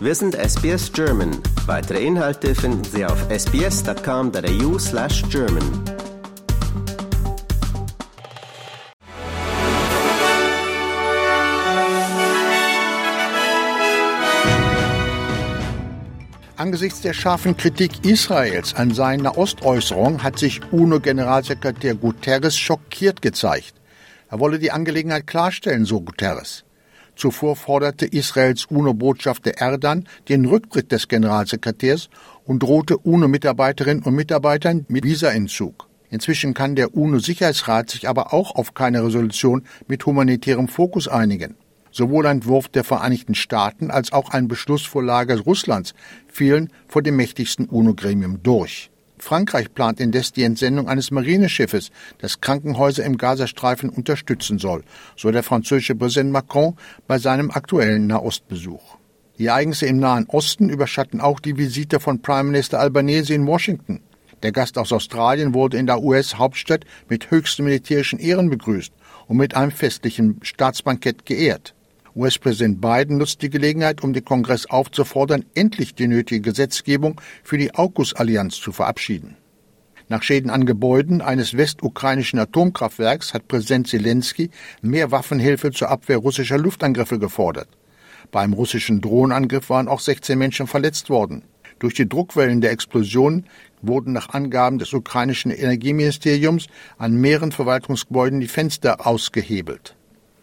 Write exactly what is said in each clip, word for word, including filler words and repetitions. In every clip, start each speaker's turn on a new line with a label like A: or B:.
A: Wir sind S B S German. Weitere Inhalte finden Sie auf sbs.com.au slash German.
B: Angesichts der scharfen Kritik Israels an seinen Nahostäußerungen hat sich U N O-Generalsekretär Guterres schockiert gezeigt. Er wolle die Angelegenheit klarstellen, so Guterres. Zuvor forderte Israels U N O-Botschafter Erdan den Rücktritt des Generalsekretärs und drohte U N O-Mitarbeiterinnen und Mitarbeitern mit Visaentzug. Inzwischen kann der U N O-Sicherheitsrat sich aber auch auf keine Resolution mit humanitärem Fokus einigen. Sowohl ein Entwurf der Vereinigten Staaten als auch ein Beschlussvorlage Russlands fielen vor dem mächtigsten U N O-Gremium durch. Frankreich plant indes die Entsendung eines Marineschiffes, das Krankenhäuser im Gazastreifen unterstützen soll, so der französische Präsident Macron bei seinem aktuellen Nahostbesuch. Die Ereignisse im Nahen Osten überschatten auch die Visite von Prime Minister Albanese in Washington. Der Gast aus Australien wurde in der U S-Hauptstadt mit höchsten militärischen Ehren begrüßt und mit einem festlichen Staatsbankett geehrt. U S-Präsident Biden nutzt die Gelegenheit, um den Kongress aufzufordern, endlich die nötige Gesetzgebung für die AUKUS-Allianz zu verabschieden. Nach Schäden an Gebäuden eines westukrainischen Atomkraftwerks hat Präsident Zelensky mehr Waffenhilfe zur Abwehr russischer Luftangriffe gefordert. Beim russischen Drohnenangriff waren auch sechzehn Menschen verletzt worden. Durch die Druckwellen der Explosionen wurden nach Angaben des ukrainischen Energieministeriums an mehreren Verwaltungsgebäuden die Fenster ausgehebelt.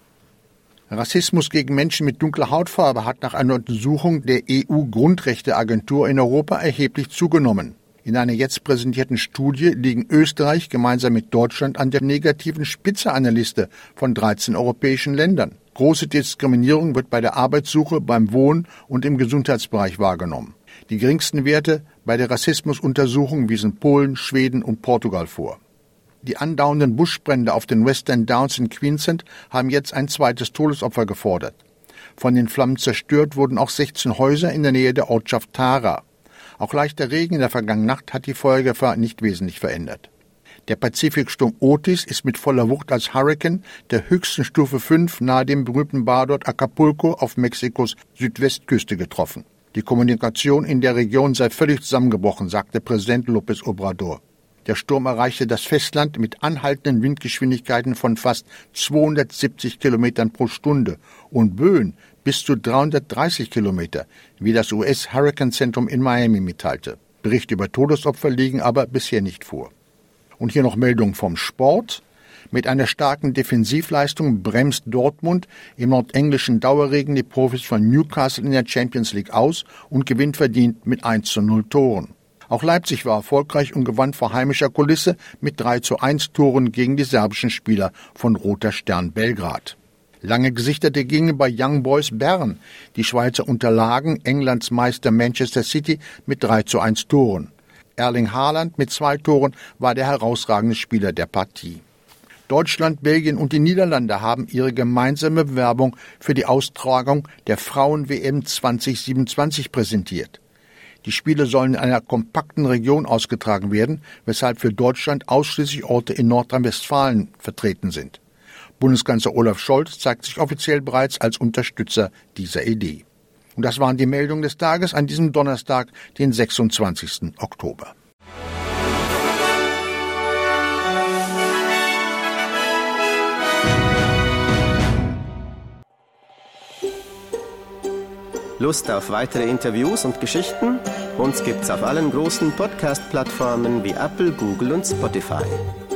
B: Rassismus gegen Menschen mit dunkler Hautfarbe hat nach einer Untersuchung der E U-Grundrechteagentur in Europa erheblich zugenommen. In einer jetzt präsentierten Studie liegen Österreich gemeinsam mit Deutschland an der negativen Spitze einer Liste von dreizehn europäischen Ländern. Große Diskriminierung wird bei der Arbeitssuche, beim Wohnen und im Gesundheitsbereich wahrgenommen. Die geringsten Werte bei der Rassismusuntersuchung wiesen Polen, Schweden und Portugal vor. Die andauernden Buschbrände auf den Western Downs in Queensland haben jetzt ein zweites Todesopfer gefordert. Von den Flammen zerstört wurden auch sechzehn Häuser in der Nähe der Ortschaft Tara. Auch leichter Regen in der vergangenen Nacht hat die Feuergefahr nicht wesentlich verändert. Der Pazifiksturm Otis ist mit voller Wucht als Hurrikan der höchsten Stufe fünf nahe dem berühmten Badort Acapulco auf Mexikos Südwestküste getroffen. Die Kommunikation in der Region sei völlig zusammengebrochen, sagte Präsident López Obrador. Der Sturm erreichte das Festland mit anhaltenden Windgeschwindigkeiten von fast zweihundertsiebzig Kilometern pro Stunde und Böen bis zu dreihundertdreißig Kilometer, wie das U S-Hurrikanzentrum in Miami mitteilte. Berichte über Todesopfer liegen aber bisher nicht vor. Und hier noch Meldungen vom Sport. Mit einer starken Defensivleistung bremst Dortmund im nordenglischen Dauerregen die Profis von Newcastle in der Champions League aus und gewinnt verdient mit eins zu null Toren. Auch Leipzig war erfolgreich und gewann vor heimischer Kulisse mit drei zu eins Toren gegen die serbischen Spieler von Roter Stern Belgrad. Lange gesichtete gingen bei Young Boys Bern. Die Schweizer unterlagen Englands Meister Manchester City mit drei zu eins Toren. Erling Haaland mit zwei Toren war der herausragende Spieler der Partie. Deutschland, Belgien und die Niederlande haben ihre gemeinsame Bewerbung für die Austragung der Frauen-W M zwanzig siebenundzwanzig präsentiert. Die Spiele sollen in einer kompakten Region ausgetragen werden, weshalb für Deutschland ausschließlich Orte in Nordrhein-Westfalen vertreten sind. Bundeskanzler Olaf Scholz zeigt sich offiziell bereits als Unterstützer dieser Idee. Und das waren die Meldungen des Tages an diesem Donnerstag, den sechsundzwanzigsten Oktober.
A: Lust auf weitere Interviews und Geschichten? Uns gibt's auf allen großen Podcast-Plattformen wie Apple, Google und Spotify.